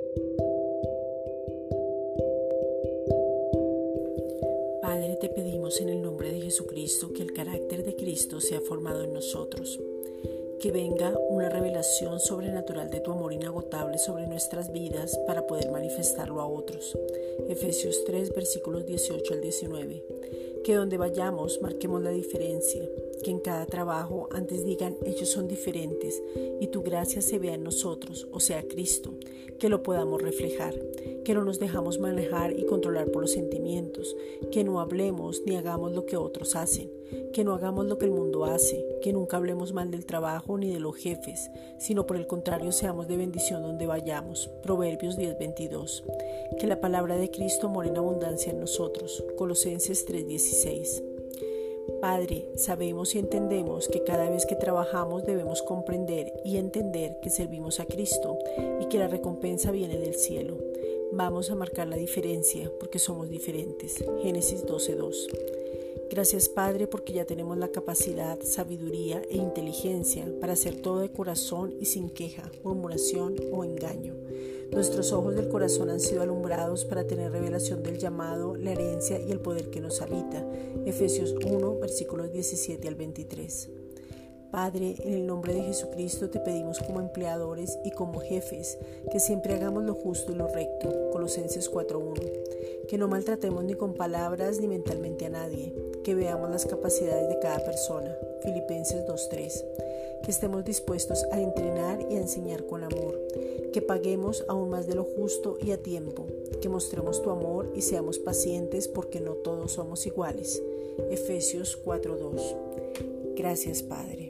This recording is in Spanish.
Padre, te pedimos en el nombre de Jesucristo que el carácter de Cristo sea formado en nosotros, que venga una revelación sobrenatural de tu amor inagotable sobre nuestras vidas para poder manifestarlo a otros. Efesios 3, versículos 18 al 19. Que donde vayamos marquemos la diferencia, que en cada trabajo antes digan ellos son diferentes y tu gracia se vea en nosotros, o sea Cristo, que lo podamos reflejar, que no nos dejamos manejar y controlar por los sentimientos, que no hablemos ni hagamos lo que otros hacen, que no hagamos lo que el mundo hace, que nunca hablemos mal del trabajo ni de los jefes, sino por el contrario seamos de bendición donde vayamos. Proverbios 10:22. Que la palabra de Cristo more en abundancia en nosotros. Colosenses 3:16. Padre, sabemos y entendemos que cada vez que trabajamos debemos comprender y entender que servimos a Cristo y que la recompensa viene del cielo. Vamos a marcar la diferencia porque somos diferentes. Génesis 12:2. Gracias Padre porque ya tenemos la capacidad, sabiduría e inteligencia para hacer todo de corazón y sin queja, murmuración o engaño. Nuestros ojos del corazón han sido alumbrados para tener revelación del llamado, la herencia y el poder que nos habita. Efesios 1, versículos 17 al 23. Padre, en el nombre de Jesucristo te pedimos como empleadores y como jefes que siempre hagamos lo justo y lo recto. Colosenses 4:1. Que no maltratemos ni con palabras ni mentalmente a nadie. Que veamos las capacidades de cada persona. Filipenses 2:3. Que estemos dispuestos a entrenar y a enseñar con amor. Que paguemos aún más de lo justo y a tiempo. Que mostremos tu amor y seamos pacientes porque no todos somos iguales. Efesios 4:2. Gracias, Padre.